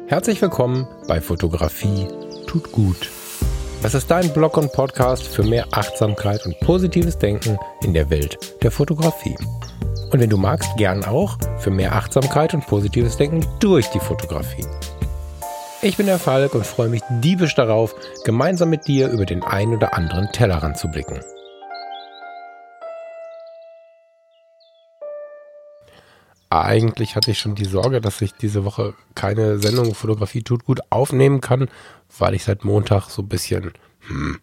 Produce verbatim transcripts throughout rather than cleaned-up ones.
Herzlich willkommen bei Fotografie tut gut. Das ist dein Blog und Podcast für mehr Achtsamkeit und positives Denken in der Welt der Fotografie. Und wenn du magst, gern auch für mehr Achtsamkeit und positives Denken durch die Fotografie. Ich bin der Falk und freue mich diebisch darauf, gemeinsam mit dir über den ein oder anderen Tellerrand zu blicken. Eigentlich hatte ich schon die Sorge, dass ich diese Woche keine Sendung Fotografie tut gut aufnehmen kann, weil ich seit Montag so ein bisschen hm,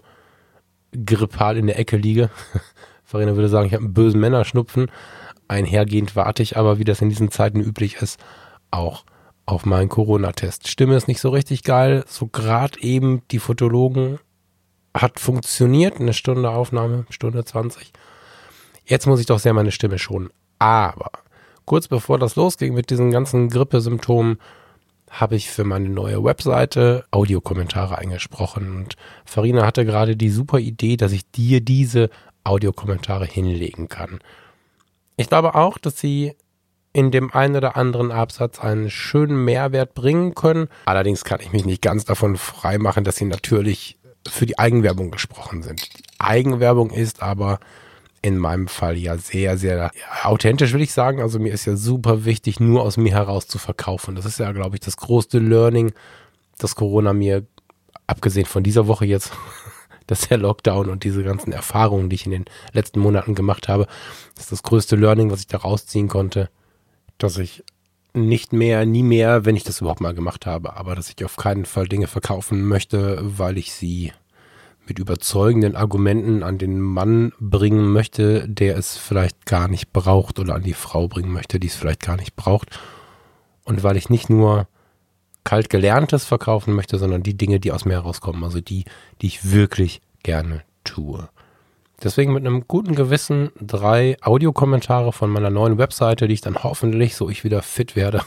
grippal in der Ecke liege. Farina würde sagen, ich habe einen bösen Männerschnupfen. Einhergehend warte ich aber, wie das in diesen Zeiten üblich ist, auch auf meinen Corona-Test. Stimme ist nicht so richtig geil. So gerade eben die Fotologen hat funktioniert. Eine Stunde Aufnahme, Stunde zwanzig. Jetzt muss ich doch sehr meine Stimme schonen. Aber kurz bevor das losging mit diesen ganzen Grippesymptomen, habe ich für meine neue Webseite Audiokommentare eingesprochen. Und Farina hatte gerade die super Idee, dass ich dir diese Audiokommentare hinlegen kann. Ich glaube auch, dass sie in dem einen oder anderen Absatz einen schönen Mehrwert bringen können. Allerdings kann ich mich nicht ganz davon freimachen, dass sie natürlich für die Eigenwerbung gesprochen sind. Die Eigenwerbung ist aber in meinem Fall ja sehr, sehr ja, authentisch, will ich sagen. Also mir ist ja super wichtig, nur aus mir heraus zu verkaufen. Das ist ja, glaube ich, das größte Learning, das Corona mir, abgesehen von dieser Woche jetzt, dass der Lockdown und diese ganzen Erfahrungen, die ich in den letzten Monaten gemacht habe, das ist das größte Learning, was ich da rausziehen konnte, dass ich nicht mehr, nie mehr, wenn ich das überhaupt mal gemacht habe, aber dass ich auf keinen Fall Dinge verkaufen möchte, weil ich sie mit überzeugenden Argumenten an den Mann bringen möchte, der es vielleicht gar nicht braucht, oder an die Frau bringen möchte, die es vielleicht gar nicht braucht. Und weil ich nicht nur kalt Gelerntes verkaufen möchte, sondern die Dinge, die aus mir herauskommen, also die, die ich wirklich gerne tue. Deswegen mit einem guten Gewissen drei Audiokommentare von meiner neuen Webseite, die ich dann hoffentlich, so ich wieder fit werde,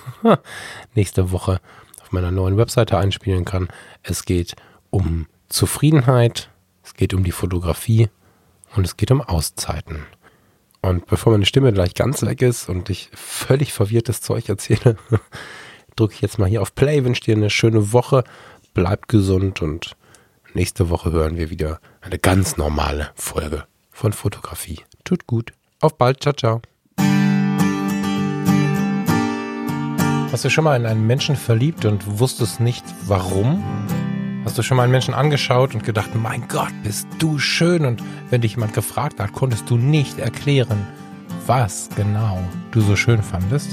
nächste Woche auf meiner neuen Webseite einspielen kann. Es geht um Zufriedenheit, es geht um die Fotografie und es geht um Auszeiten. Und bevor meine Stimme gleich ganz weg ist und ich völlig verwirrtes Zeug erzähle, drücke ich jetzt mal hier auf Play, wünsche dir eine schöne Woche, bleib gesund und nächste Woche hören wir wieder eine ganz normale Folge von Fotografie tut gut. Auf bald, ciao, ciao. Hast du schon mal in einen Menschen verliebt und wusstest nicht warum? Hast du schon mal einen Menschen angeschaut und gedacht, mein Gott, bist du schön? Und wenn dich jemand gefragt hat, konntest du nicht erklären, was genau du so schön fandest?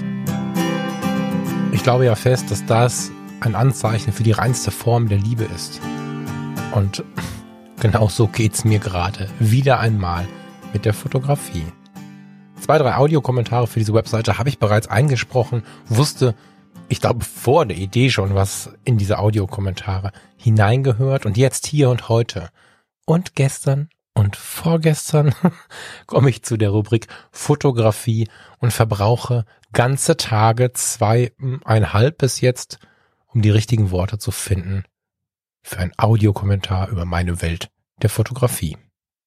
Ich glaube ja fest, dass das ein Anzeichen für die reinste Form der Liebe ist. Und genau so geht's mir gerade wieder einmal mit der Fotografie. Zwei, drei Audiokommentare für diese Webseite habe ich bereits eingesprochen, wusste, ich glaube, vor der Idee schon, was in diese Audiokommentare hineingehört. Und jetzt, hier und heute und gestern und vorgestern komme ich zu der Rubrik Fotografie und verbrauche ganze Tage, zweieinhalb bis jetzt, um die richtigen Worte zu finden für ein Audiokommentar über meine Welt der Fotografie.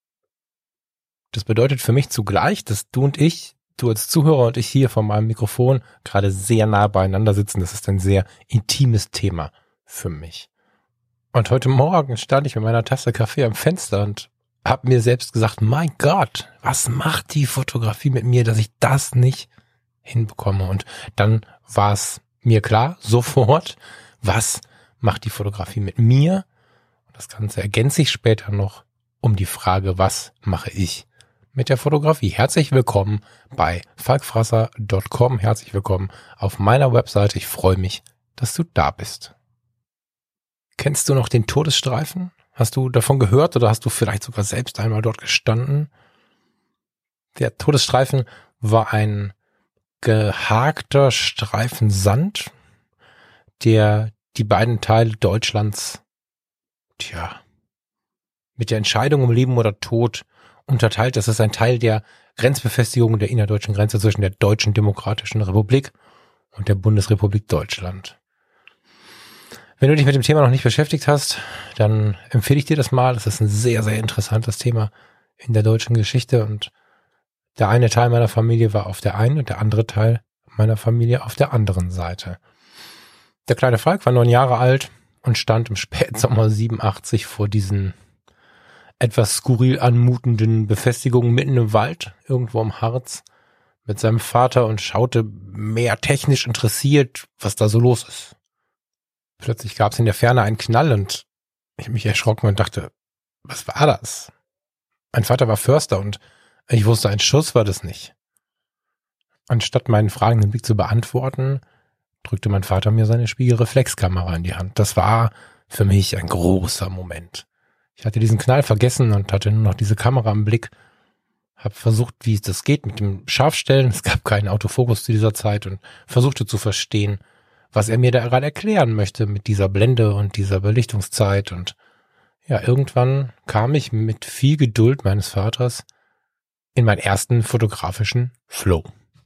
Das bedeutet für mich zugleich, dass du und ich, du als Zuhörer und ich hier vor meinem Mikrofon gerade sehr nah beieinander sitzen. Das ist ein sehr intimes Thema für mich. Und heute Morgen stand ich mit meiner Tasse Kaffee am Fenster und habe mir selbst gesagt, mein Gott, was macht die Fotografie mit mir, dass ich das nicht hinbekomme? Und dann war es mir klar, sofort, was macht die Fotografie mit mir? Und das Ganze ergänze ich später noch um die Frage, was mache ich mit der Fotografie? Herzlich willkommen bei falkfrasser punkt com. Herzlich willkommen auf meiner Webseite. Ich freue mich, dass du da bist. Kennst du noch den Todesstreifen? Hast du davon gehört oder hast du vielleicht sogar selbst einmal dort gestanden? Der Todesstreifen war ein gehakter Streifen Sand, der die beiden Teile Deutschlands, tja, mit der Entscheidung um Leben oder Tod unterteilt. Das ist ein Teil der Grenzbefestigung der innerdeutschen Grenze zwischen der Deutschen Demokratischen Republik und der Bundesrepublik Deutschland. Wenn du dich mit dem Thema noch nicht beschäftigt hast, dann empfehle ich dir das mal. Das ist ein sehr, sehr interessantes Thema in der deutschen Geschichte und der eine Teil meiner Familie war auf der einen und der andere Teil meiner Familie auf der anderen Seite. Der kleine Falk war neun Jahre alt und stand im Spätsommer siebenundachtzig vor diesen etwas skurril anmutenden Befestigungen mitten im Wald, irgendwo im Harz, mit seinem Vater und schaute mehr technisch interessiert, was da so los ist. Plötzlich gab es in der Ferne einen Knall und ich habe mich erschrocken und dachte, was war das? Mein Vater war Förster und ich wusste, ein Schuss war das nicht. Anstatt meinen fragenden Blick zu beantworten, drückte mein Vater mir seine Spiegelreflexkamera in die Hand. Das war für mich ein großer Moment. Ich hatte diesen Knall vergessen und hatte nur noch diese Kamera im Blick. Hab versucht, wie es das geht mit dem Scharfstellen. Es gab keinen Autofokus zu dieser Zeit und versuchte zu verstehen, was er mir da gerade erklären möchte mit dieser Blende und dieser Belichtungszeit. Und ja, irgendwann kam ich mit viel Geduld meines Vaters in meinen ersten fotografischen Flow.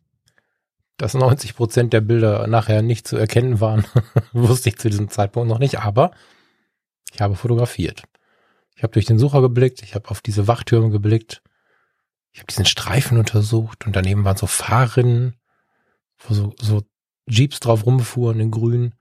Dass neunzig Prozent der Bilder nachher nicht zu erkennen waren, wusste ich zu diesem Zeitpunkt noch nicht, aber ich habe fotografiert. Ich habe durch den Sucher geblickt, ich habe auf diese Wachtürme geblickt, ich habe diesen Streifen untersucht und daneben waren so Fahrrinnen, wo so, so Jeeps drauf rumfuhren in grün.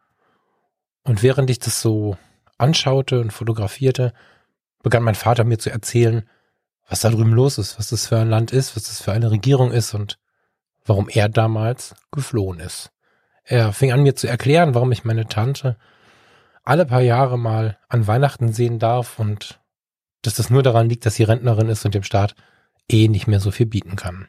Und während ich das so anschaute und fotografierte, begann mein Vater mir zu erzählen, was da drüben los ist, was das für ein Land ist, was das für eine Regierung ist und warum er damals geflohen ist. Er fing an, mir zu erklären, warum ich meine Tante alle paar Jahre mal an Weihnachten sehen darf und dass das nur daran liegt, dass sie Rentnerin ist und dem Staat eh nicht mehr so viel bieten kann.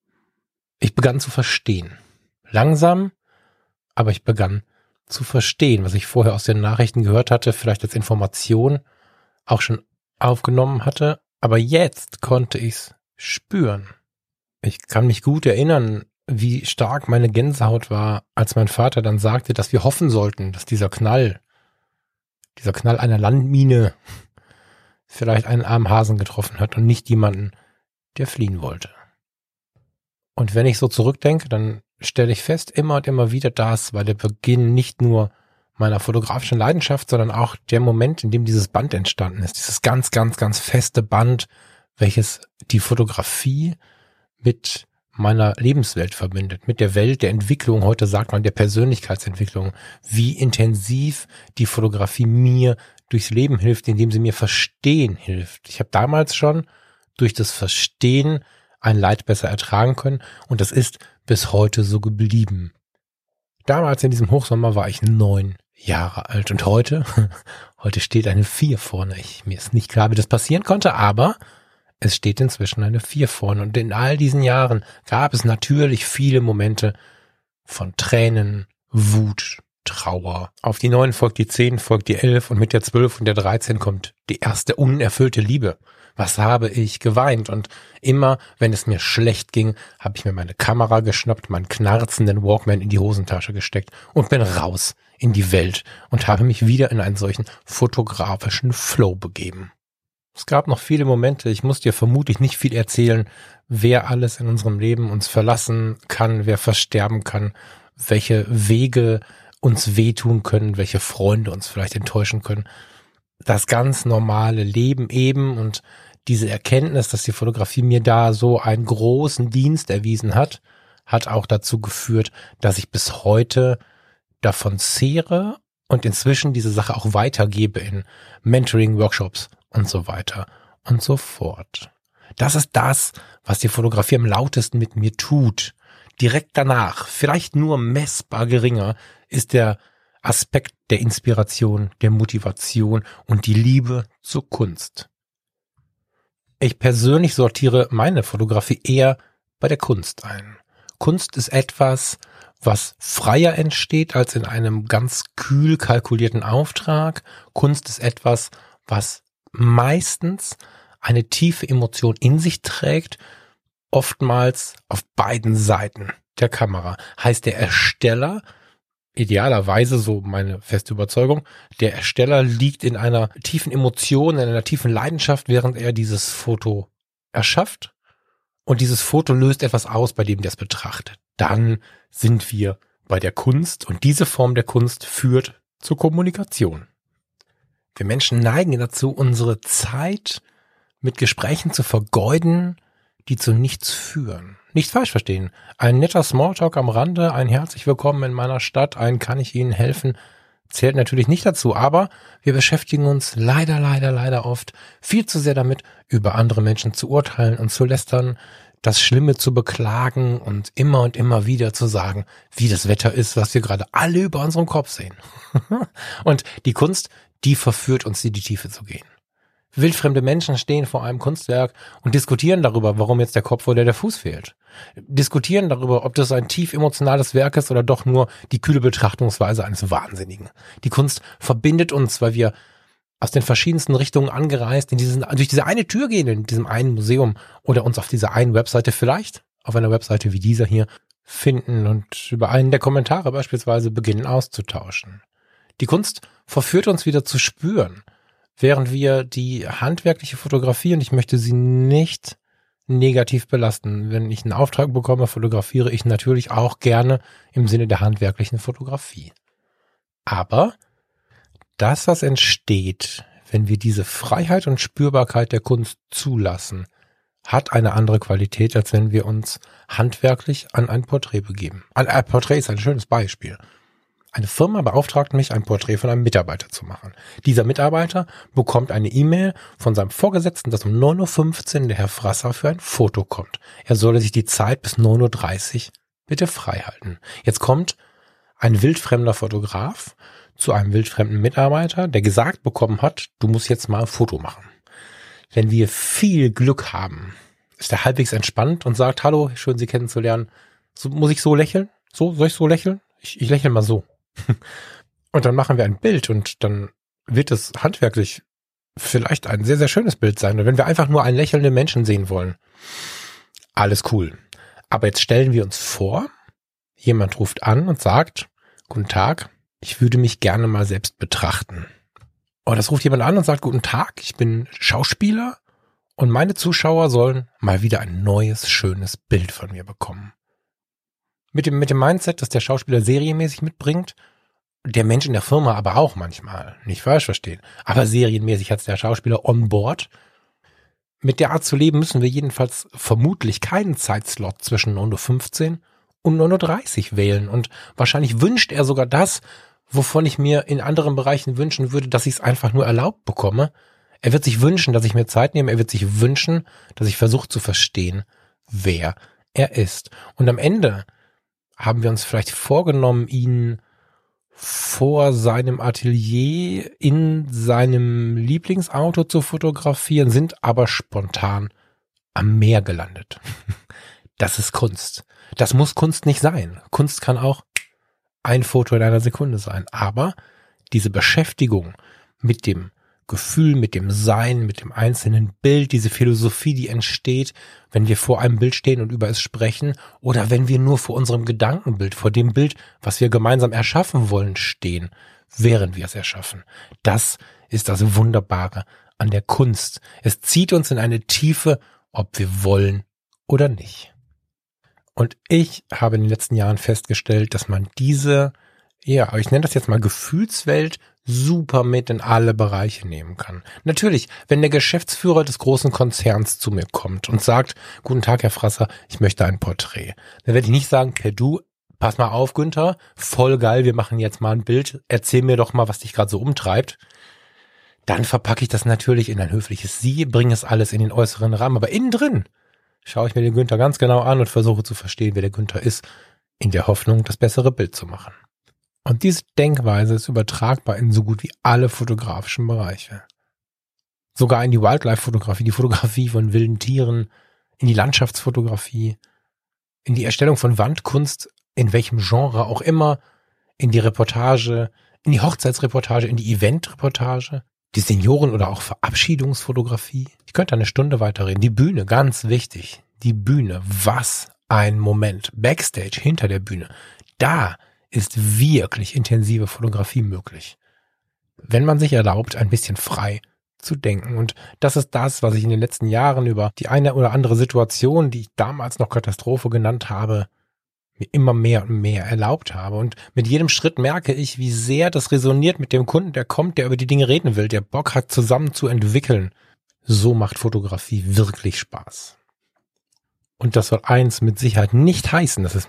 Ich begann zu verstehen. Langsam, aber ich begann zu verstehen, was ich vorher aus den Nachrichten gehört hatte, vielleicht als Information auch schon aufgenommen hatte, aber jetzt konnte ich's spüren. Ich kann mich gut erinnern, wie stark meine Gänsehaut war, als mein Vater dann sagte, dass wir hoffen sollten, dass dieser Knall, dieser Knall einer Landmine vielleicht einen armen Hasen getroffen hat und nicht jemanden, der fliehen wollte. Und wenn ich so zurückdenke, dann stelle ich fest, immer und immer wieder, das war der Beginn nicht nur meiner fotografischen Leidenschaft, sondern auch der Moment, in dem dieses Band entstanden ist. Dieses ganz, ganz, ganz feste Band, welches die Fotografie mit meiner Lebenswelt verbindet, mit der Welt der Entwicklung, heute sagt man der Persönlichkeitsentwicklung, wie intensiv die Fotografie mir durchs Leben hilft, indem sie mir verstehen hilft. Ich habe damals schon durch das Verstehen ein Leid besser ertragen können und das ist bis heute so geblieben. Damals in diesem Hochsommer war ich neun Jahre alt und heute, heute steht eine vier vorne. Ich, mir ist nicht klar, wie das passieren konnte, aber es steht inzwischen eine vier vorne und in all diesen Jahren gab es natürlich viele Momente von Tränen, Wut, Trauer. Auf die neun folgt die zehn, folgt die elf und mit der zwölf und der dreizehn kommt die erste unerfüllte Liebe. Was habe ich geweint? Und immer, wenn es mir schlecht ging, habe ich mir meine Kamera geschnappt, meinen knarzenden Walkman in die Hosentasche gesteckt und bin raus in die Welt und habe mich wieder in einen solchen fotografischen Flow begeben. Es gab noch viele Momente, ich muss dir vermutlich nicht viel erzählen, wer alles in unserem Leben uns verlassen kann, wer versterben kann, welche Wege uns wehtun können, welche Freunde uns vielleicht enttäuschen können. Das ganz normale Leben eben und diese Erkenntnis, dass die Fotografie mir da so einen großen Dienst erwiesen hat, hat auch dazu geführt, dass ich bis heute davon zehre und inzwischen diese Sache auch weitergebe in Mentoring, Workshops und so weiter und so fort. Das ist das, was die Fotografie am lautesten mit mir tut. Direkt danach, vielleicht nur messbar geringer, ist der Aspekt der Inspiration, der Motivation und die Liebe zur Kunst. Ich persönlich sortiere meine Fotografie eher bei der Kunst ein. Kunst ist etwas, was freier entsteht als in einem ganz kühl kalkulierten Auftrag. Kunst ist etwas, was meistens eine tiefe Emotion in sich trägt, oftmals auf beiden Seiten der Kamera. Heißt, der Ersteller, idealerweise, so meine feste Überzeugung, der Ersteller liegt in einer tiefen Emotion, in einer tiefen Leidenschaft, während er dieses Foto erschafft. Und dieses Foto löst etwas aus, bei dem der es betrachtet. Dann sind wir bei der Kunst und diese Form der Kunst führt zur Kommunikation. Wir Menschen neigen dazu, unsere Zeit mit Gesprächen zu vergeuden, die zu nichts führen. Nicht falsch verstehen. Ein netter Smalltalk am Rande, ein herzlich willkommen in meiner Stadt, ein kann ich Ihnen helfen, zählt natürlich nicht dazu, aber wir beschäftigen uns leider, leider, leider oft viel zu sehr damit, über andere Menschen zu urteilen und zu lästern, das Schlimme zu beklagen und immer und immer wieder zu sagen, wie das Wetter ist, was wir gerade alle über unserem Kopf sehen. Und die Kunst, die verführt uns, in die Tiefe zu gehen. Wildfremde Menschen stehen vor einem Kunstwerk und diskutieren darüber, warum jetzt der Kopf oder der Fuß fehlt. Diskutieren darüber, ob das ein tief emotionales Werk ist oder doch nur die kühle Betrachtungsweise eines Wahnsinnigen. Die Kunst verbindet uns, weil wir aus den verschiedensten Richtungen angereist in diesen, durch diese eine Tür gehen, in diesem einen Museum oder uns auf dieser einen Webseite vielleicht, auf einer Webseite wie dieser hier, finden und über einen der Kommentare beispielsweise beginnen auszutauschen. Die Kunst verführt uns wieder zu spüren, während wir die handwerkliche Fotografie, und ich möchte sie nicht negativ belasten, wenn ich einen Auftrag bekomme, fotografiere ich natürlich auch gerne im Sinne der handwerklichen Fotografie. Aber das, was entsteht, wenn wir diese Freiheit und Spürbarkeit der Kunst zulassen, hat eine andere Qualität, als wenn wir uns handwerklich an ein Porträt begeben. Ein Porträt ist ein schönes Beispiel. Eine Firma beauftragt mich, ein Porträt von einem Mitarbeiter zu machen. Dieser Mitarbeiter bekommt eine E-Mail von seinem Vorgesetzten, dass um neun Uhr fünfzehn der Herr Frasser für ein Foto kommt. Er solle sich die Zeit bis neun Uhr dreißig bitte frei halten. Jetzt kommt ein wildfremder Fotograf zu einem wildfremden Mitarbeiter, der gesagt bekommen hat, du musst jetzt mal ein Foto machen. Wenn wir viel Glück haben, ist er halbwegs entspannt und sagt, hallo, schön Sie kennenzulernen. So, muss ich so lächeln? So, soll ich so lächeln? Ich, ich lächle mal so. Und dann machen wir ein Bild und dann wird es handwerklich vielleicht ein sehr, sehr schönes Bild sein. Und wenn wir einfach nur einen lächelnden Menschen sehen wollen, alles cool. Aber jetzt stellen wir uns vor, jemand ruft an und sagt, guten Tag, ich würde mich gerne mal selbst betrachten. Oder das ruft jemand an und sagt, guten Tag, ich bin Schauspieler und meine Zuschauer sollen mal wieder ein neues, schönes Bild von mir bekommen. Mit dem, mit dem Mindset, das der Schauspieler serienmäßig mitbringt, der Mensch in der Firma aber auch manchmal, nicht falsch verstehen, aber serienmäßig hat es der Schauspieler on board. Mit der Art zu leben müssen wir jedenfalls vermutlich keinen Zeitslot zwischen neun Uhr fünfzehn und neun Uhr dreißig wählen und wahrscheinlich wünscht er sogar das, wovon ich mir in anderen Bereichen wünschen würde, dass ich es einfach nur erlaubt bekomme. Er wird sich wünschen, dass ich mir Zeit nehme, er wird sich wünschen, dass ich versuche zu verstehen, wer er ist. Und am Ende haben wir uns vielleicht vorgenommen, ihn vor seinem Atelier in seinem Lieblingsauto zu fotografieren, sind aber spontan am Meer gelandet. Das ist Kunst. Das muss Kunst nicht sein. Kunst kann auch ein Foto in einer Sekunde sein. Aber diese Beschäftigung mit dem Gefühl, mit dem Sein, mit dem einzelnen Bild, diese Philosophie, die entsteht, wenn wir vor einem Bild stehen und über es sprechen oder wenn wir nur vor unserem Gedankenbild, vor dem Bild, was wir gemeinsam erschaffen wollen, stehen, während wir es erschaffen. Das ist das Wunderbare an der Kunst. Es zieht uns in eine Tiefe, ob wir wollen oder nicht. Und ich habe in den letzten Jahren festgestellt, dass man diese, ja, ich nenne das jetzt mal Gefühlswelt, super mit in alle Bereiche nehmen kann. Natürlich, wenn der Geschäftsführer des großen Konzerns zu mir kommt und sagt, guten Tag, Herr Frasser, ich möchte ein Porträt, dann werde ich nicht sagen, per Du, pass mal auf, Günther, voll geil, wir machen jetzt mal ein Bild, erzähl mir doch mal, was dich gerade so umtreibt. Dann verpacke ich das natürlich in ein höfliches Sie, bringe es alles in den äußeren Rahmen, aber innen drin schaue ich mir den Günther ganz genau an und versuche zu verstehen, wer der Günther ist, in der Hoffnung, das bessere Bild zu machen. Und diese Denkweise ist übertragbar in so gut wie alle fotografischen Bereiche. Sogar in die Wildlife-Fotografie, die Fotografie von wilden Tieren, in die Landschaftsfotografie, in die Erstellung von Wandkunst, in welchem Genre auch immer, in die Reportage, in die Hochzeitsreportage, in die Eventreportage, die Senioren- oder auch Verabschiedungsfotografie. Ich könnte eine Stunde weiterreden. Die Bühne, ganz wichtig. Die Bühne, was ein Moment. Backstage, hinter der Bühne. Da ist wirklich intensive Fotografie möglich. Wenn man sich erlaubt, ein bisschen frei zu denken. Und das ist das, was ich in den letzten Jahren über die eine oder andere Situation, die ich damals noch Katastrophe genannt habe, mir immer mehr und mehr erlaubt habe. Und mit jedem Schritt merke ich, wie sehr das resoniert mit dem Kunden, der kommt, der über die Dinge reden will, der Bock hat, zusammen zu entwickeln. So macht Fotografie wirklich Spaß. Und das soll eins mit Sicherheit nicht heißen, dass es mir jetzt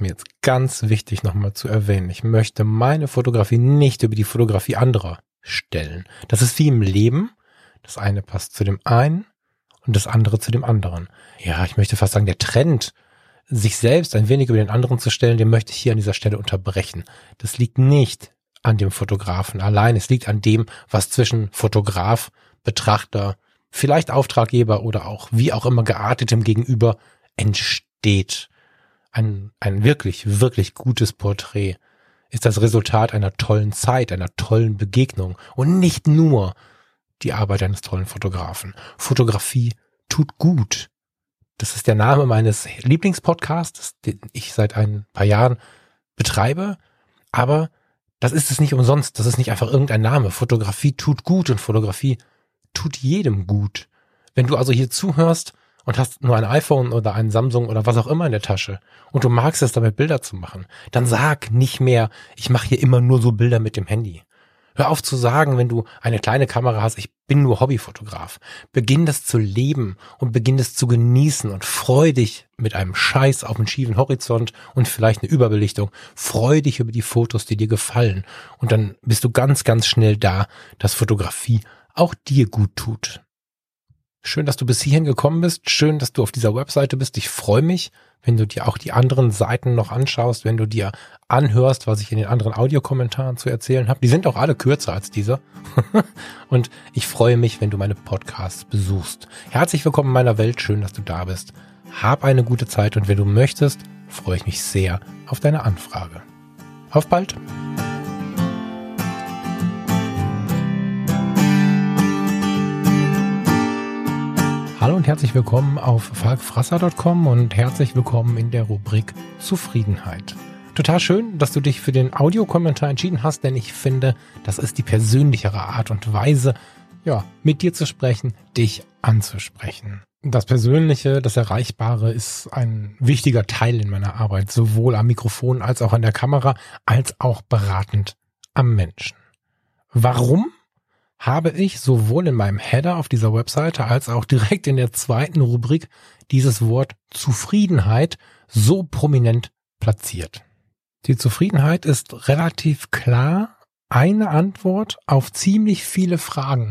ganz wichtig nochmal zu erwähnen. Ich möchte meine Fotografie nicht über die Fotografie anderer stellen. Das ist wie im Leben. Das eine passt zu dem einen und das andere zu dem anderen. Ja, ich möchte fast sagen, der Trend, sich selbst ein wenig über den anderen zu stellen, den möchte ich hier an dieser Stelle unterbrechen. Das liegt nicht an dem Fotografen allein. Es liegt an dem, was zwischen Fotograf, Betrachter, vielleicht Auftraggeber oder auch wie auch immer geartetem Gegenüber entsteht. Ein, ein wirklich, wirklich gutes Porträt ist das Resultat einer tollen Zeit, einer tollen Begegnung und nicht nur die Arbeit eines tollen Fotografen. Fotografie tut gut. Das ist der Name meines Lieblingspodcasts, den ich seit ein paar Jahren betreibe. Aber das ist es nicht umsonst. Das ist nicht einfach irgendein Name. Fotografie tut gut und Fotografie tut jedem gut. Wenn du also hier zuhörst und hast nur ein iPhone oder ein Samsung oder was auch immer in der Tasche und du magst es damit Bilder zu machen, dann sag nicht mehr, ich mache hier immer nur so Bilder mit dem Handy. Hör auf zu sagen, wenn du eine kleine Kamera hast, ich bin nur Hobbyfotograf. Beginn das zu leben und beginn das zu genießen und freu dich mit einem Scheiß auf einen schiefen Horizont und vielleicht eine Überbelichtung. Freu dich über die Fotos, die dir gefallen. Und dann bist du ganz, ganz schnell da, dass Fotografie auch dir gut tut. Schön, dass du bis hierhin gekommen bist. Schön, dass du auf dieser Webseite bist. Ich freue mich, wenn du dir auch die anderen Seiten noch anschaust, wenn du dir anhörst, was ich in den anderen Audiokommentaren zu erzählen habe. Die sind auch alle kürzer als dieser. Und ich freue mich, wenn du meine Podcasts besuchst. Herzlich willkommen in meiner Welt. Schön, dass du da bist. Hab eine gute Zeit und wenn du möchtest, freue ich mich sehr auf deine Anfrage. Auf bald! Hallo und herzlich willkommen auf falk frasser punkt com und herzlich willkommen in der Rubrik Zufriedenheit. Total schön, dass du dich für den Audiokommentar entschieden hast, denn ich finde, das ist die persönlichere Art und Weise, ja, mit dir zu sprechen, dich anzusprechen. Das Persönliche, das Erreichbare ist ein wichtiger Teil in meiner Arbeit, sowohl am Mikrofon als auch an der Kamera, als auch beratend am Menschen. Warum habe ich sowohl in meinem Header auf dieser Webseite als auch direkt in der zweiten Rubrik dieses Wort Zufriedenheit so prominent platziert? Die Zufriedenheit ist relativ klar eine Antwort auf ziemlich viele Fragen.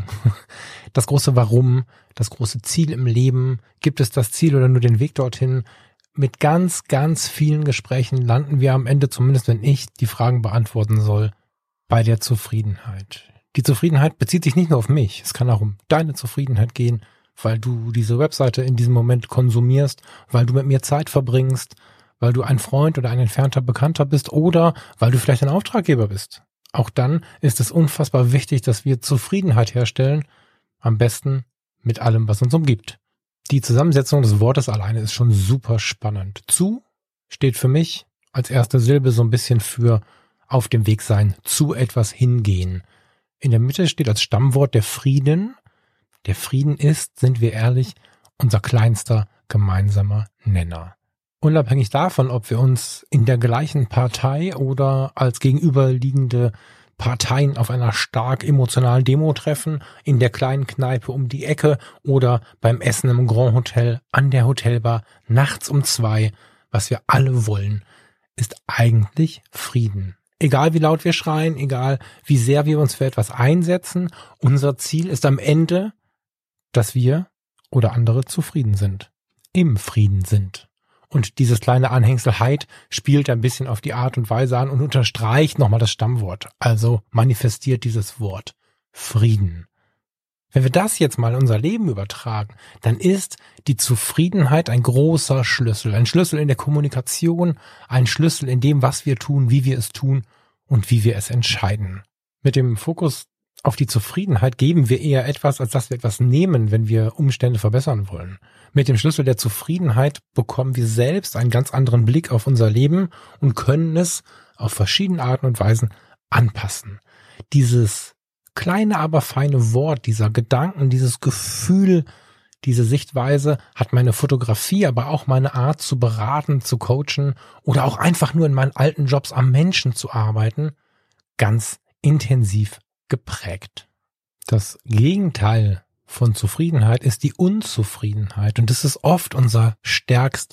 Das große Warum, das große Ziel im Leben, gibt es das Ziel oder nur den Weg dorthin? Mit ganz, ganz vielen Gesprächen landen wir am Ende, zumindest wenn ich die Fragen beantworten soll, bei der Zufriedenheit. Die Zufriedenheit bezieht sich nicht nur auf mich, es kann auch um deine Zufriedenheit gehen, weil du diese Webseite in diesem Moment konsumierst, weil du mit mir Zeit verbringst, weil du ein Freund oder ein entfernter Bekannter bist oder weil du vielleicht ein Auftraggeber bist. Auch dann ist es unfassbar wichtig, dass wir Zufriedenheit herstellen, am besten mit allem, was uns umgibt. Die Zusammensetzung des Wortes alleine ist schon super spannend. Zu steht für mich als erste Silbe so ein bisschen für auf dem Weg sein, zu etwas hingehen. In der Mitte steht als Stammwort der Frieden. Der Frieden ist, sind wir ehrlich, unser kleinster gemeinsamer Nenner. Unabhängig davon, ob wir uns in der gleichen Partei oder als gegenüberliegende Parteien auf einer stark emotionalen Demo treffen, in der kleinen Kneipe um die Ecke oder beim Essen im Grand Hotel, an der Hotelbar, nachts um zwei, was wir alle wollen, ist eigentlich Frieden. Egal wie laut wir schreien, egal wie sehr wir uns für etwas einsetzen, unser Ziel ist am Ende, dass wir oder andere zufrieden sind, im Frieden sind. Und dieses kleine Anhängsel Heit spielt ein bisschen auf die Art und Weise an und unterstreicht nochmal das Stammwort, also manifestiert dieses Wort Frieden. Wenn wir das jetzt mal in unser Leben übertragen, dann ist die Zufriedenheit ein großer Schlüssel. Ein Schlüssel in der Kommunikation, ein Schlüssel in dem, was wir tun, wie wir es tun und wie wir es entscheiden. Mit dem Fokus auf die Zufriedenheit geben wir eher etwas, als dass wir etwas nehmen, wenn wir Umstände verbessern wollen. Mit dem Schlüssel der Zufriedenheit bekommen wir selbst einen ganz anderen Blick auf unser Leben und können es auf verschiedene Arten und Weisen anpassen. Dieses kleine, aber feine Wort, dieser Gedanken, dieses Gefühl, diese Sichtweise hat meine Fotografie, aber auch meine Art zu beraten, zu coachen oder auch einfach nur in meinen alten Jobs am Menschen zu arbeiten, ganz intensiv geprägt. Das Gegenteil von Zufriedenheit ist die Unzufriedenheit und das ist oft unser stärkster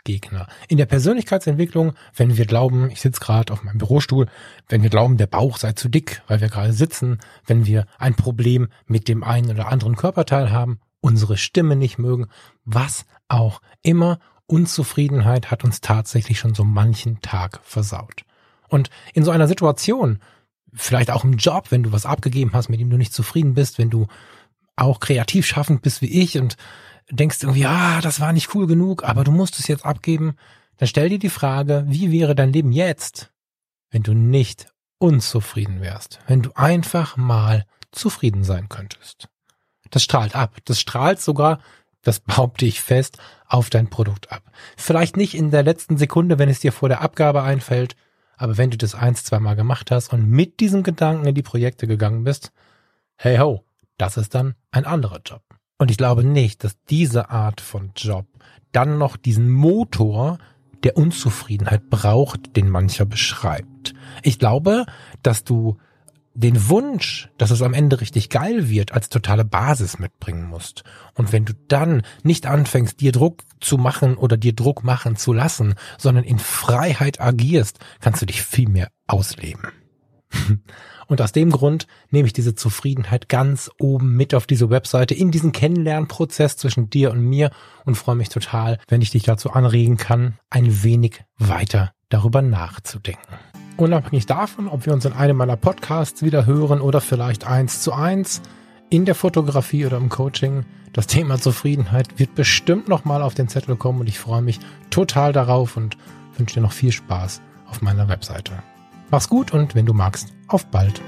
Gegner. In der Persönlichkeitsentwicklung, wenn wir glauben, ich sitze gerade auf meinem Bürostuhl, wenn wir glauben, der Bauch sei zu dick, weil wir gerade sitzen, wenn wir ein Problem mit dem einen oder anderen Körperteil haben, unsere Stimme nicht mögen, was auch immer, Unzufriedenheit hat uns tatsächlich schon so manchen Tag versaut. Und in so einer Situation, vielleicht auch im Job, wenn du was abgegeben hast, mit dem du nicht zufrieden bist, wenn du auch kreativ schaffend bist wie ich und denkst irgendwie, ja, das war nicht cool genug, aber du musst es jetzt abgeben, dann stell dir die Frage, wie wäre dein Leben jetzt, wenn du nicht unzufrieden wärst, wenn du einfach mal zufrieden sein könntest. Das strahlt ab, das strahlt sogar, das behaupte ich fest, auf dein Produkt ab. Vielleicht nicht in der letzten Sekunde, wenn es dir vor der Abgabe einfällt, aber wenn du das eins, zweimal gemacht hast und mit diesem Gedanken in die Projekte gegangen bist, hey ho, das ist dann ein anderer Job. Und ich glaube nicht, dass diese Art von Job dann noch diesen Motor der Unzufriedenheit braucht, den mancher beschreibt. Ich glaube, dass du den Wunsch, dass es am Ende richtig geil wird, als totale Basis mitbringen musst. Und wenn du dann nicht anfängst, dir Druck zu machen oder dir Druck machen zu lassen, sondern in Freiheit agierst, kannst du dich viel mehr ausleben. Und aus dem Grund nehme ich diese Zufriedenheit ganz oben mit auf diese Webseite in diesen Kennenlernprozess zwischen dir und mir und freue mich total, wenn ich dich dazu anregen kann, ein wenig weiter darüber nachzudenken. Unabhängig davon, ob wir uns in einem meiner Podcasts wieder hören oder vielleicht eins zu eins in der Fotografie oder im Coaching, das Thema Zufriedenheit wird bestimmt nochmal auf den Zettel kommen und ich freue mich total darauf und wünsche dir noch viel Spaß auf meiner Webseite. Mach's gut und wenn du magst, auf bald.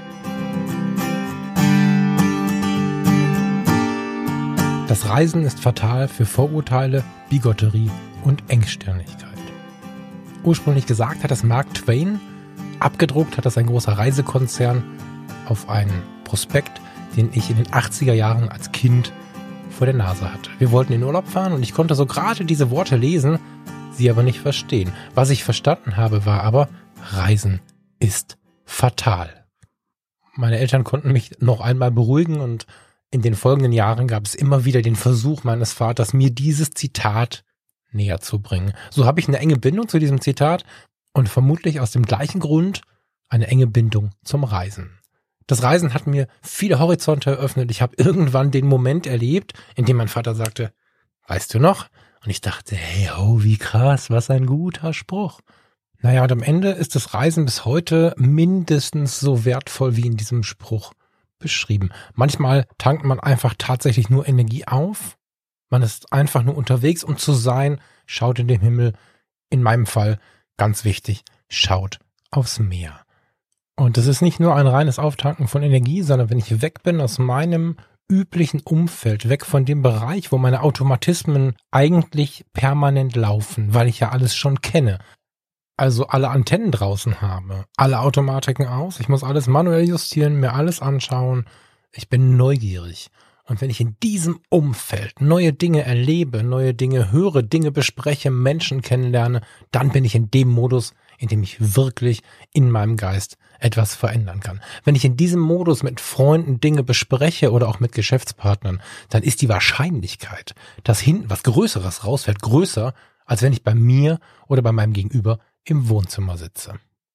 Das Reisen ist fatal für Vorurteile, Bigotterie und Engstirnigkeit. Ursprünglich gesagt hat das Mark Twain, abgedruckt hat das ein großer Reisekonzern auf einen Prospekt, den ich in den achtziger Jahren als Kind vor der Nase hatte. Wir wollten in Urlaub fahren und ich konnte so gerade diese Worte lesen, sie aber nicht verstehen. Was ich verstanden habe, war aber, Reisen ist fatal. Meine Eltern konnten mich noch einmal beruhigen und in den folgenden Jahren gab es immer wieder den Versuch meines Vaters, mir dieses Zitat näher zu bringen. So habe ich eine enge Bindung zu diesem Zitat und vermutlich aus dem gleichen Grund eine enge Bindung zum Reisen. Das Reisen hat mir viele Horizonte eröffnet. Ich habe irgendwann den Moment erlebt, in dem mein Vater sagte, weißt du noch? Und ich dachte, hey, oh, wie krass, was ein guter Spruch. Naja, und am Ende ist das Reisen bis heute mindestens so wertvoll wie in diesem Spruch beschrieben. Manchmal tankt man einfach tatsächlich nur Energie auf. Man ist einfach nur unterwegs, um zu sein, schaut in den Himmel. In meinem Fall, ganz wichtig, schaut aufs Meer. Und das ist nicht nur ein reines Auftanken von Energie, sondern wenn ich weg bin aus meinem üblichen Umfeld, weg von dem Bereich, wo meine Automatismen eigentlich permanent laufen, weil ich ja alles schon kenne, also alle Antennen draußen habe, alle Automatiken aus, ich muss alles manuell justieren, mir alles anschauen, ich bin neugierig. Und wenn ich in diesem Umfeld neue Dinge erlebe, neue Dinge höre, Dinge bespreche, Menschen kennenlerne, dann bin ich in dem Modus, in dem ich wirklich in meinem Geist etwas verändern kann. Wenn ich in diesem Modus mit Freunden Dinge bespreche oder auch mit Geschäftspartnern, dann ist die Wahrscheinlichkeit, dass hinten was Größeres rausfällt, größer, als wenn ich bei mir oder bei meinem Gegenüber im Wohnzimmer sitze.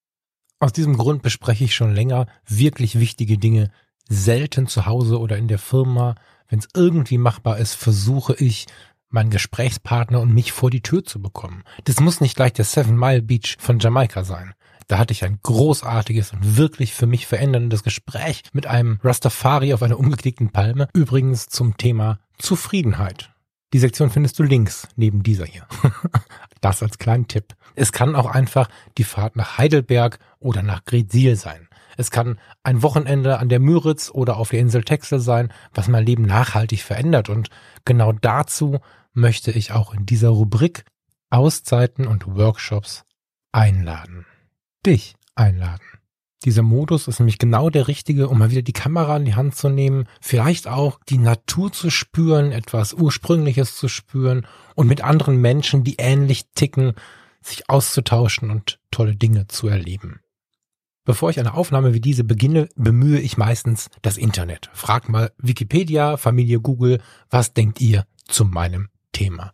Aus diesem Grund bespreche ich schon länger wirklich wichtige Dinge selten zu Hause oder in der Firma. Wenn es irgendwie machbar ist, versuche ich, meinen Gesprächspartner und mich vor die Tür zu bekommen. Das muss nicht gleich der Seven Mile Beach von Jamaika sein. Da hatte ich ein großartiges und wirklich für mich veränderndes Gespräch mit einem Rastafari auf einer umgeknickten Palme. Übrigens zum Thema Zufriedenheit. Die Sektion findest du links neben dieser hier. Das als kleinen Tipp. Es kann auch einfach die Fahrt nach Heidelberg oder nach Greetsiel sein. Es kann ein Wochenende an der Müritz oder auf der Insel Texel sein, was mein Leben nachhaltig verändert. Und genau dazu möchte ich auch in dieser Rubrik Auszeiten und Workshops einladen. Dich einladen. Dieser Modus ist nämlich genau der richtige, um mal wieder die Kamera in die Hand zu nehmen, vielleicht auch die Natur zu spüren, etwas Ursprüngliches zu spüren und mit anderen Menschen, die ähnlich ticken, sich auszutauschen und tolle Dinge zu erleben. Bevor ich eine Aufnahme wie diese beginne, bemühe ich meistens das Internet. Frag mal Wikipedia, Familie Google, was denkt ihr zu meinem Thema?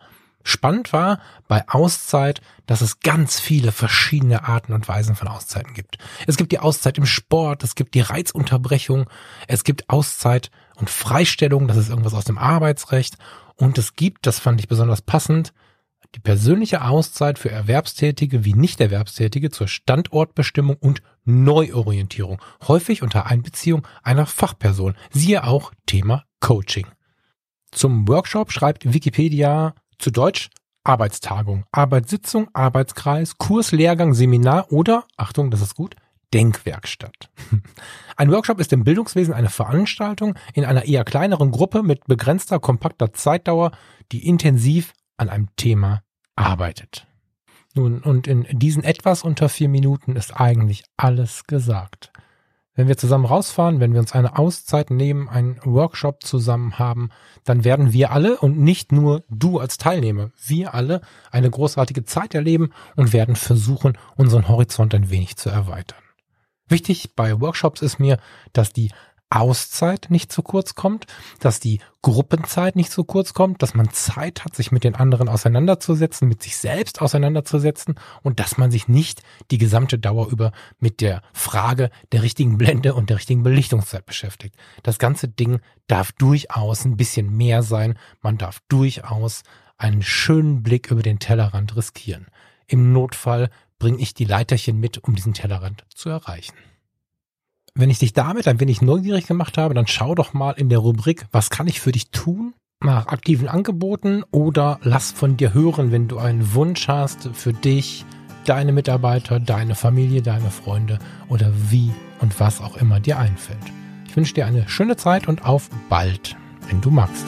Spannend war bei Auszeit, dass es ganz viele verschiedene Arten und Weisen von Auszeiten gibt. Es gibt die Auszeit im Sport, es gibt die Reizunterbrechung, es gibt Auszeit und Freistellung, das ist irgendwas aus dem Arbeitsrecht. Und es gibt, das fand ich besonders passend, die persönliche Auszeit für Erwerbstätige wie Nicht-Erwerbstätige zur Standortbestimmung und Neuorientierung, häufig unter Einbeziehung einer Fachperson. Siehe auch Thema Coaching. Zum Workshop schreibt Wikipedia zu Deutsch Arbeitstagung, Arbeitssitzung, Arbeitskreis, Kurs, Lehrgang, Seminar oder, Achtung, das ist gut, Denkwerkstatt. Ein Workshop ist im Bildungswesen eine Veranstaltung in einer eher kleineren Gruppe mit begrenzter, kompakter Zeitdauer, die intensiv an einem Thema arbeitet. Nun, und in diesen etwas unter vier Minuten ist eigentlich alles gesagt. Wenn wir zusammen rausfahren, wenn wir uns eine Auszeit nehmen, einen Workshop zusammen haben, dann werden wir alle und nicht nur du als Teilnehmer, wir alle eine großartige Zeit erleben und werden versuchen, unseren Horizont ein wenig zu erweitern. Wichtig bei Workshops ist mir, dass die Auszeit nicht zu kurz kommt, dass die Gruppenzeit nicht zu kurz kommt, dass man Zeit hat, sich mit den anderen auseinanderzusetzen, mit sich selbst auseinanderzusetzen und dass man sich nicht die gesamte Dauer über mit der Frage der richtigen Blende und der richtigen Belichtungszeit beschäftigt. Das ganze Ding darf durchaus ein bisschen mehr sein. Man darf durchaus einen schönen Blick über den Tellerrand riskieren. Im Notfall bringe ich die Leiterchen mit, um diesen Tellerrand zu erreichen. Wenn ich dich damit ein wenig neugierig gemacht habe, dann schau doch mal in der Rubrik, was kann ich für dich tun, nach aktiven Angeboten oder lass von dir hören, wenn du einen Wunsch hast für dich, deine Mitarbeiter, deine Familie, deine Freunde oder wie und was auch immer dir einfällt. Ich wünsche dir eine schöne Zeit und auf bald, wenn du magst.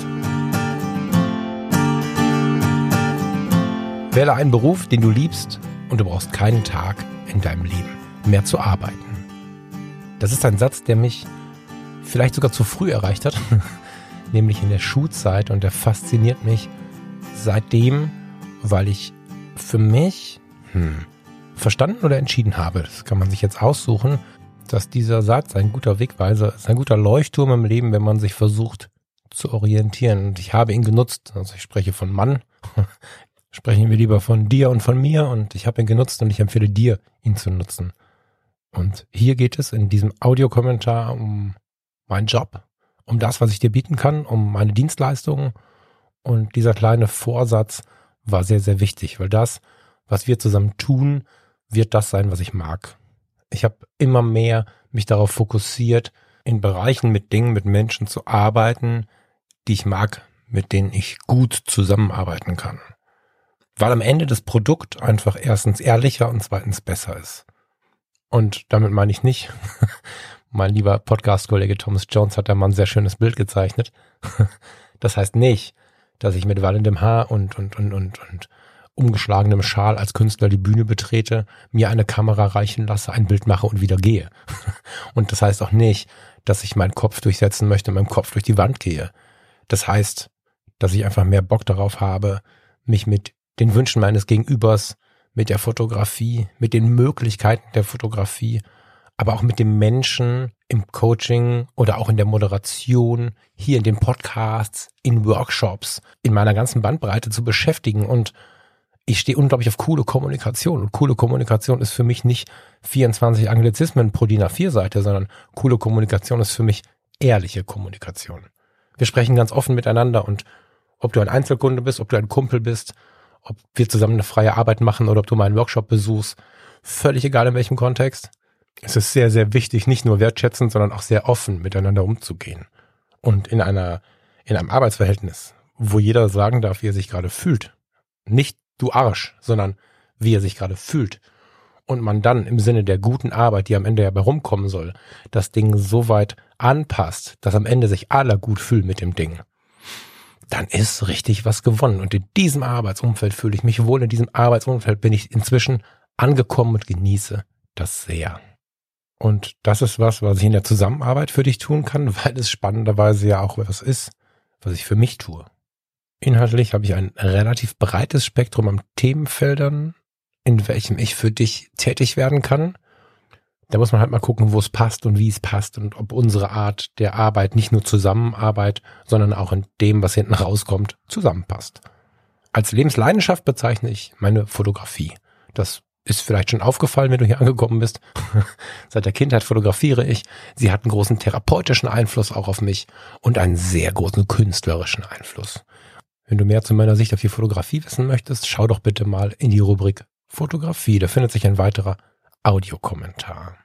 Wähle einen Beruf, den du liebst und du brauchst keinen Tag in deinem Leben mehr zu arbeiten. Das ist ein Satz, der mich vielleicht sogar zu früh erreicht hat, nämlich in der Schulzeit, und der fasziniert mich seitdem, weil ich für mich hm, verstanden oder entschieden habe, das kann man sich jetzt aussuchen, dass dieser Satz ein guter Wegweiser ist, ein guter Leuchtturm im Leben, wenn man sich versucht zu orientieren. Und ich habe ihn genutzt, also ich spreche von Mann, sprechen wir lieber von dir und von mir, und ich habe ihn genutzt und ich empfehle dir, ihn zu nutzen. Und hier geht es in diesem Audiokommentar um meinen Job, um das, was ich dir bieten kann, um meine Dienstleistungen. Und dieser kleine Vorsatz war sehr, sehr wichtig, weil das, was wir zusammen tun, wird das sein, was ich mag. Ich habe immer mehr mich darauf fokussiert, in Bereichen mit Dingen, mit Menschen zu arbeiten, die ich mag, mit denen ich gut zusammenarbeiten kann. Weil am Ende das Produkt einfach erstens ehrlicher und zweitens besser ist. Und damit meine ich nicht, mein lieber Podcast-Kollege Thomas Jones hat da mal ein sehr schönes Bild gezeichnet. Das heißt nicht, dass ich mit wallendem Haar und, und, und, und, und umgeschlagenem Schal als Künstler die Bühne betrete, mir eine Kamera reichen lasse, ein Bild mache und wieder gehe. Und das heißt auch nicht, dass ich meinen Kopf durchsetzen möchte, mit meinem Kopf durch die Wand gehe. Das heißt, dass ich einfach mehr Bock darauf habe, mich mit den Wünschen meines Gegenübers, mit der Fotografie, mit den Möglichkeiten der Fotografie, aber auch mit dem Menschen im Coaching oder auch in der Moderation, hier in den Podcasts, in Workshops, in meiner ganzen Bandbreite zu beschäftigen. Und ich stehe unglaublich auf coole Kommunikation. Und coole Kommunikation ist für mich nicht vierundzwanzig Anglizismen pro D I N A vier Seite, sondern coole Kommunikation ist für mich ehrliche Kommunikation. Wir sprechen ganz offen miteinander, und ob du ein Einzelkunde bist, ob du ein Kumpel bist, ob wir zusammen eine freie Arbeit machen oder ob du meinen Workshop besuchst, völlig egal in welchem Kontext. Es ist sehr, sehr wichtig, nicht nur wertschätzend, sondern auch sehr offen miteinander umzugehen. Und in einer, in einem Arbeitsverhältnis, wo jeder sagen darf, wie er sich gerade fühlt. Nicht du Arsch, sondern wie er sich gerade fühlt. Und man dann im Sinne der guten Arbeit, die am Ende ja bei rumkommen soll, das Ding so weit anpasst, dass am Ende sich alle gut fühlen mit dem Ding. Dann ist richtig was gewonnen. Und in diesem Arbeitsumfeld fühle ich mich wohl. In diesem Arbeitsumfeld bin ich inzwischen angekommen und genieße das sehr. Und das ist was, was ich in der Zusammenarbeit für dich tun kann, weil es spannenderweise ja auch was ist, was ich für mich tue. Inhaltlich habe ich ein relativ breites Spektrum an Themenfeldern, in welchem ich für dich tätig werden kann. Da muss man halt mal gucken, wo es passt und wie es passt und ob unsere Art der Arbeit nicht nur Zusammenarbeit, sondern auch in dem, was hinten rauskommt, zusammenpasst. Als Lebensleidenschaft bezeichne ich meine Fotografie. Das ist vielleicht schon aufgefallen, wenn du hier angekommen bist. Seit der Kindheit fotografiere ich. Sie hat einen großen therapeutischen Einfluss auch auf mich und einen sehr großen künstlerischen Einfluss. Wenn du mehr zu meiner Sicht auf die Fotografie wissen möchtest, schau doch bitte mal in die Rubrik Fotografie. Da findet sich ein weiterer Audiokommentar.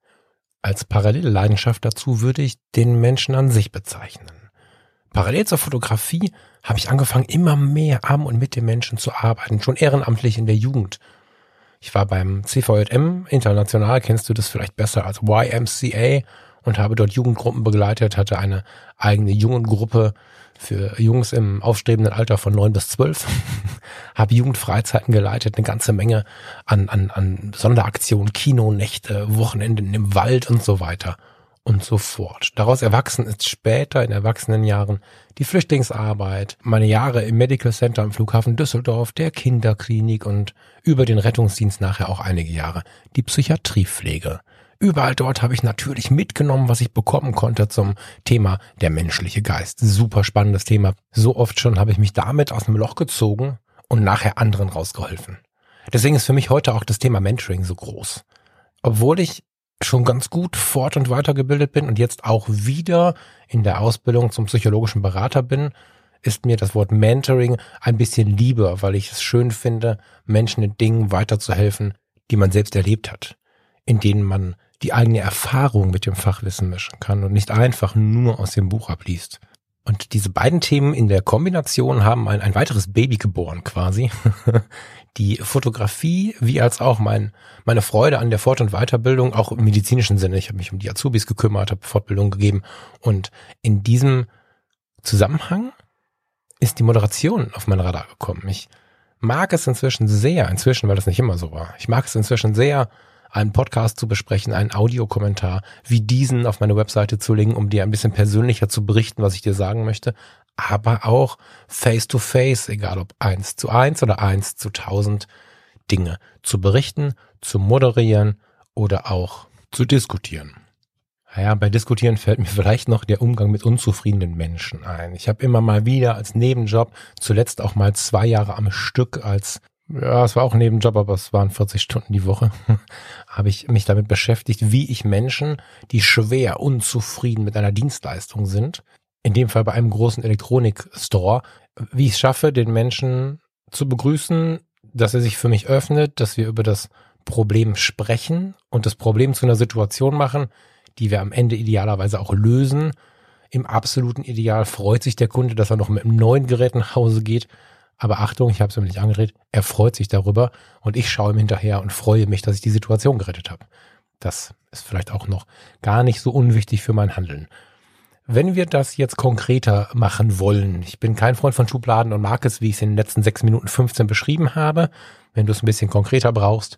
Als parallele Leidenschaft dazu würde ich den Menschen an sich bezeichnen. Parallel zur Fotografie habe ich angefangen, immer mehr am und mit den Menschen zu arbeiten, schon ehrenamtlich in der Jugend. Ich war beim C V J M, international kennst du das vielleicht besser als Y M C A, und habe dort Jugendgruppen begleitet, hatte eine eigene Jungengruppe für Jungs im aufstrebenden Alter von neun bis zwölf, habe Jugendfreizeiten geleitet, eine ganze Menge an, an, an Sonderaktionen, Kinonächte, Wochenenden im Wald und so weiter und so fort. Daraus erwachsen ist später in Erwachsenenjahren die Flüchtlingsarbeit, meine Jahre im Medical Center am Flughafen Düsseldorf, der Kinderklinik und über den Rettungsdienst nachher auch einige Jahre die Psychiatriepflege. Überall dort habe ich natürlich mitgenommen, was ich bekommen konnte zum Thema der menschliche Geist. Super spannendes Thema. So oft schon habe ich mich damit aus dem Loch gezogen und nachher anderen rausgeholfen. Deswegen ist für mich heute auch das Thema Mentoring so groß. Obwohl ich schon ganz gut fort- und weitergebildet bin und jetzt auch wieder in der Ausbildung zum psychologischen Berater bin, ist mir das Wort Mentoring ein bisschen lieber, weil ich es schön finde, Menschen in Dingen weiterzuhelfen, die man selbst erlebt hat, in denen man die eigene Erfahrung mit dem Fachwissen mischen kann und nicht einfach nur aus dem Buch abliest. Und diese beiden Themen in der Kombination haben ein, ein weiteres Baby geboren quasi. Die Fotografie wie als auch mein, meine Freude an der Fort- und Weiterbildung, auch im medizinischen Sinne. Ich habe mich um die Azubis gekümmert, habe Fortbildung gegeben und in diesem Zusammenhang ist die Moderation auf mein Radar gekommen. Ich mag es inzwischen sehr, inzwischen, weil das nicht immer so war, ich mag es inzwischen sehr, einen Podcast zu besprechen, einen Audiokommentar wie diesen auf meine Webseite zu legen, um dir ein bisschen persönlicher zu berichten, was ich dir sagen möchte, aber auch face-to-face, egal ob eins zu eins oder eins zu tausend, Dinge zu berichten, zu moderieren oder auch zu diskutieren. Naja, bei Diskutieren fällt mir vielleicht noch der Umgang mit unzufriedenen Menschen ein. Ich habe immer mal wieder als Nebenjob, zuletzt auch mal zwei Jahre am Stück als Ja, es war auch ein Nebenjob, aber es waren vierzig Stunden die Woche, habe ich mich damit beschäftigt, wie ich Menschen, die schwer unzufrieden mit einer Dienstleistung sind, in dem Fall bei einem großen Elektronikstore, wie ich es schaffe, den Menschen zu begrüßen, dass er sich für mich öffnet, dass wir über das Problem sprechen und das Problem zu einer Situation machen, die wir am Ende idealerweise auch lösen. Im absoluten Ideal freut sich der Kunde, dass er noch mit einem neuen Gerät nach Hause geht. Aber Achtung, ich habe es ihm nicht angeredet, er freut sich darüber und ich schaue ihm hinterher und freue mich, dass ich die Situation gerettet habe. Das ist vielleicht auch noch gar nicht so unwichtig für mein Handeln. Wenn wir das jetzt konkreter machen wollen, ich bin kein Freund von Schubladen und mag es, wie ich es in den letzten sechs Minuten fünfzehn beschrieben habe, wenn du es ein bisschen konkreter brauchst,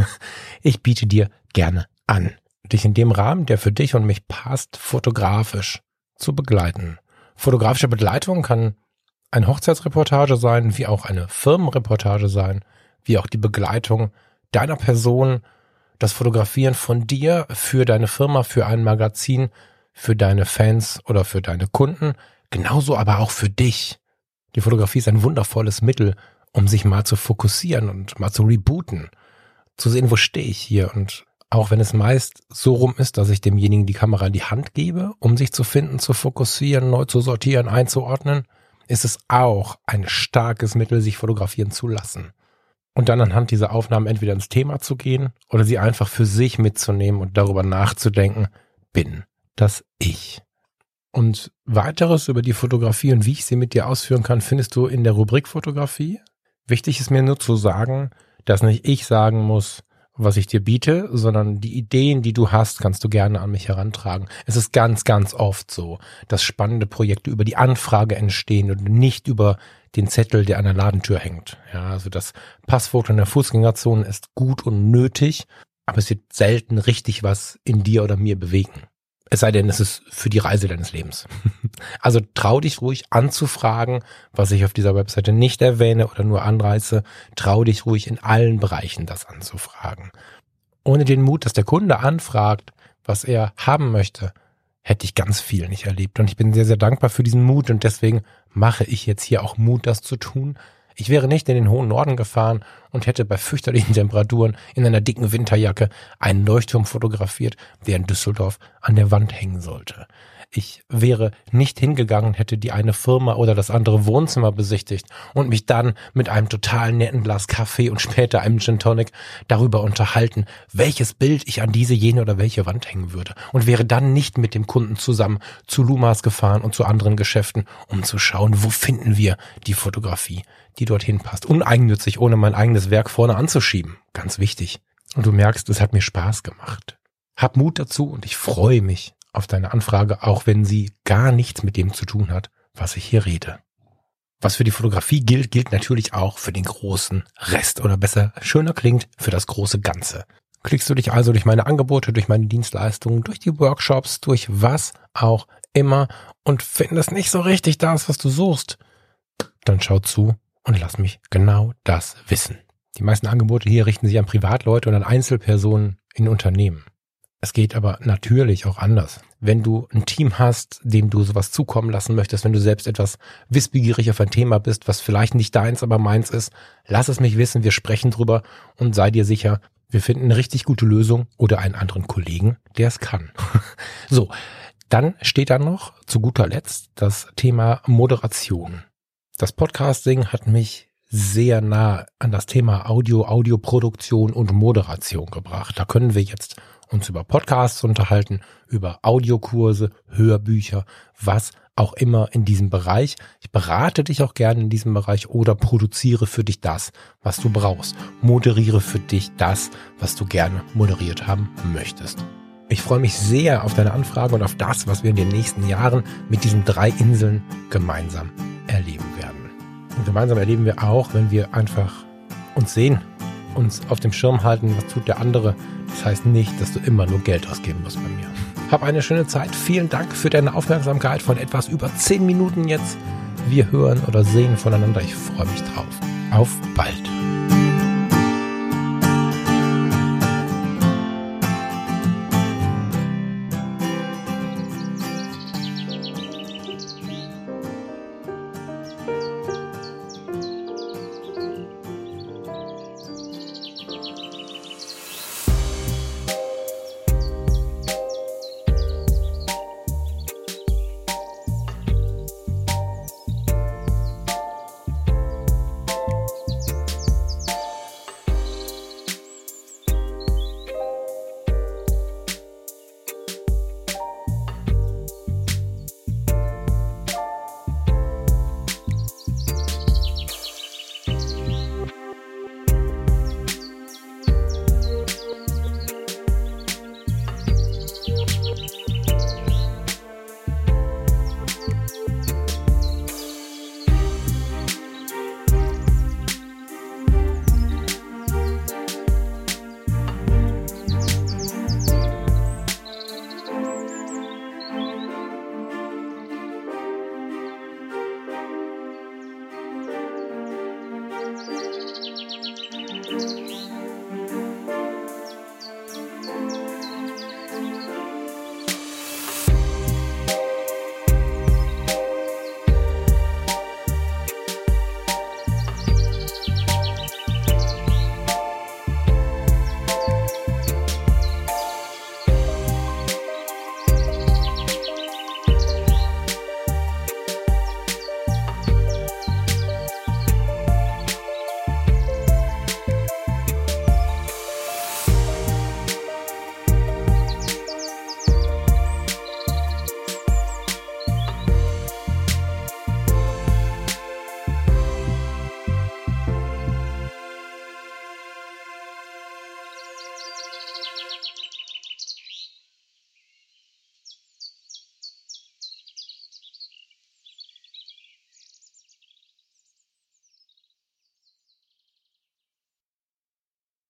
ich biete dir gerne an, dich in dem Rahmen, der für dich und mich passt, fotografisch zu begleiten. Fotografische Begleitung kann eine Hochzeitsreportage sein, wie auch eine Firmenreportage sein, wie auch die Begleitung deiner Person, das Fotografieren von dir für deine Firma, für ein Magazin, für deine Fans oder für deine Kunden, genauso aber auch für dich. Die Fotografie ist ein wundervolles Mittel, um sich mal zu fokussieren und mal zu rebooten, zu sehen, wo stehe ich hier. Und auch wenn es meist so rum ist, dass ich demjenigen die Kamera in die Hand gebe, um sich zu finden, zu fokussieren, neu zu sortieren, einzuordnen, ist es auch ein starkes Mittel, sich fotografieren zu lassen. Und dann anhand dieser Aufnahmen entweder ins Thema zu gehen oder sie einfach für sich mitzunehmen und darüber nachzudenken, bin das ich. Und weiteres über die Fotografie und wie ich sie mit dir ausführen kann, findest du in der Rubrik Fotografie. Wichtig ist mir nur zu sagen, dass nicht ich sagen muss, was ich dir biete, sondern die Ideen, die du hast, kannst du gerne an mich herantragen. Es ist ganz, ganz oft so, dass spannende Projekte über die Anfrage entstehen und nicht über den Zettel, der an der Ladentür hängt. Ja, also das Passfoto in der Fußgängerzone ist gut und nötig, aber es wird selten richtig was in dir oder mir bewegen. Es sei denn, es ist für die Reise deines Lebens. Also trau dich ruhig anzufragen, was ich auf dieser Webseite nicht erwähne oder nur anreiße. Trau dich ruhig in allen Bereichen das anzufragen. Ohne den Mut, dass der Kunde anfragt, was er haben möchte, hätte ich ganz viel nicht erlebt. Und ich bin sehr, sehr dankbar für diesen Mut und deswegen mache ich jetzt hier auch Mut, das zu tun. Ich wäre nicht in den hohen Norden gefahren und hätte bei fürchterlichen Temperaturen in einer dicken Winterjacke einen Leuchtturm fotografiert, der in Düsseldorf an der Wand hängen sollte. Ich wäre nicht hingegangen, hätte die eine Firma oder das andere Wohnzimmer besichtigt und mich dann mit einem total netten Glas Kaffee und später einem Gin Tonic darüber unterhalten, welches Bild ich an diese, jene oder welche Wand hängen würde, und wäre dann nicht mit dem Kunden zusammen zu Lumas gefahren und zu anderen Geschäften, um zu schauen, wo finden wir die Fotografie, die dorthin passt. Uneigennützig, ohne mein eigenes Werk vorne anzuschieben. Ganz wichtig. Und du merkst, es hat mir Spaß gemacht. Hab Mut dazu und ich freue mich auf deine Anfrage, auch wenn sie gar nichts mit dem zu tun hat, was ich hier rede. Was für die Fotografie gilt, gilt natürlich auch für den großen Rest, oder besser, schöner klingt, für das große Ganze. Klickst du dich also durch meine Angebote, durch meine Dienstleistungen, durch die Workshops, durch was auch immer und findest nicht so richtig das, was du suchst, dann schau zu und lass mich genau das wissen. Die meisten Angebote hier richten sich an Privatleute und an Einzelpersonen in Unternehmen. Es geht aber natürlich auch anders. Wenn du ein Team hast, dem du sowas zukommen lassen möchtest, wenn du selbst etwas wissbegierig auf ein Thema bist, was vielleicht nicht deins, aber meins ist, lass es mich wissen, wir sprechen drüber und sei dir sicher, wir finden eine richtig gute Lösung oder einen anderen Kollegen, der es kann. So, dann steht da noch zu guter Letzt das Thema Moderation. Das Podcasting hat mich sehr nah an das Thema Audio, Audioproduktion und Moderation gebracht. Da können wir jetzt uns über Podcasts unterhalten, über Audiokurse, Hörbücher, was auch immer in diesem Bereich. Ich berate dich auch gerne in diesem Bereich oder produziere für dich das, was du brauchst. Moderiere für dich das, was du gerne moderiert haben möchtest. Ich freue mich sehr auf deine Anfrage und auf das, was wir in den nächsten Jahren mit diesen drei Inseln gemeinsam erleben werden. Und gemeinsam erleben wir auch, wenn wir einfach uns sehen, uns auf dem Schirm halten, was tut der andere. Das heißt nicht, dass du immer nur Geld ausgeben musst bei mir. Hab eine schöne Zeit. Vielen Dank für deine Aufmerksamkeit von etwas über zehn Minuten jetzt. Wir hören oder sehen voneinander. Ich freue mich drauf. Auf bald.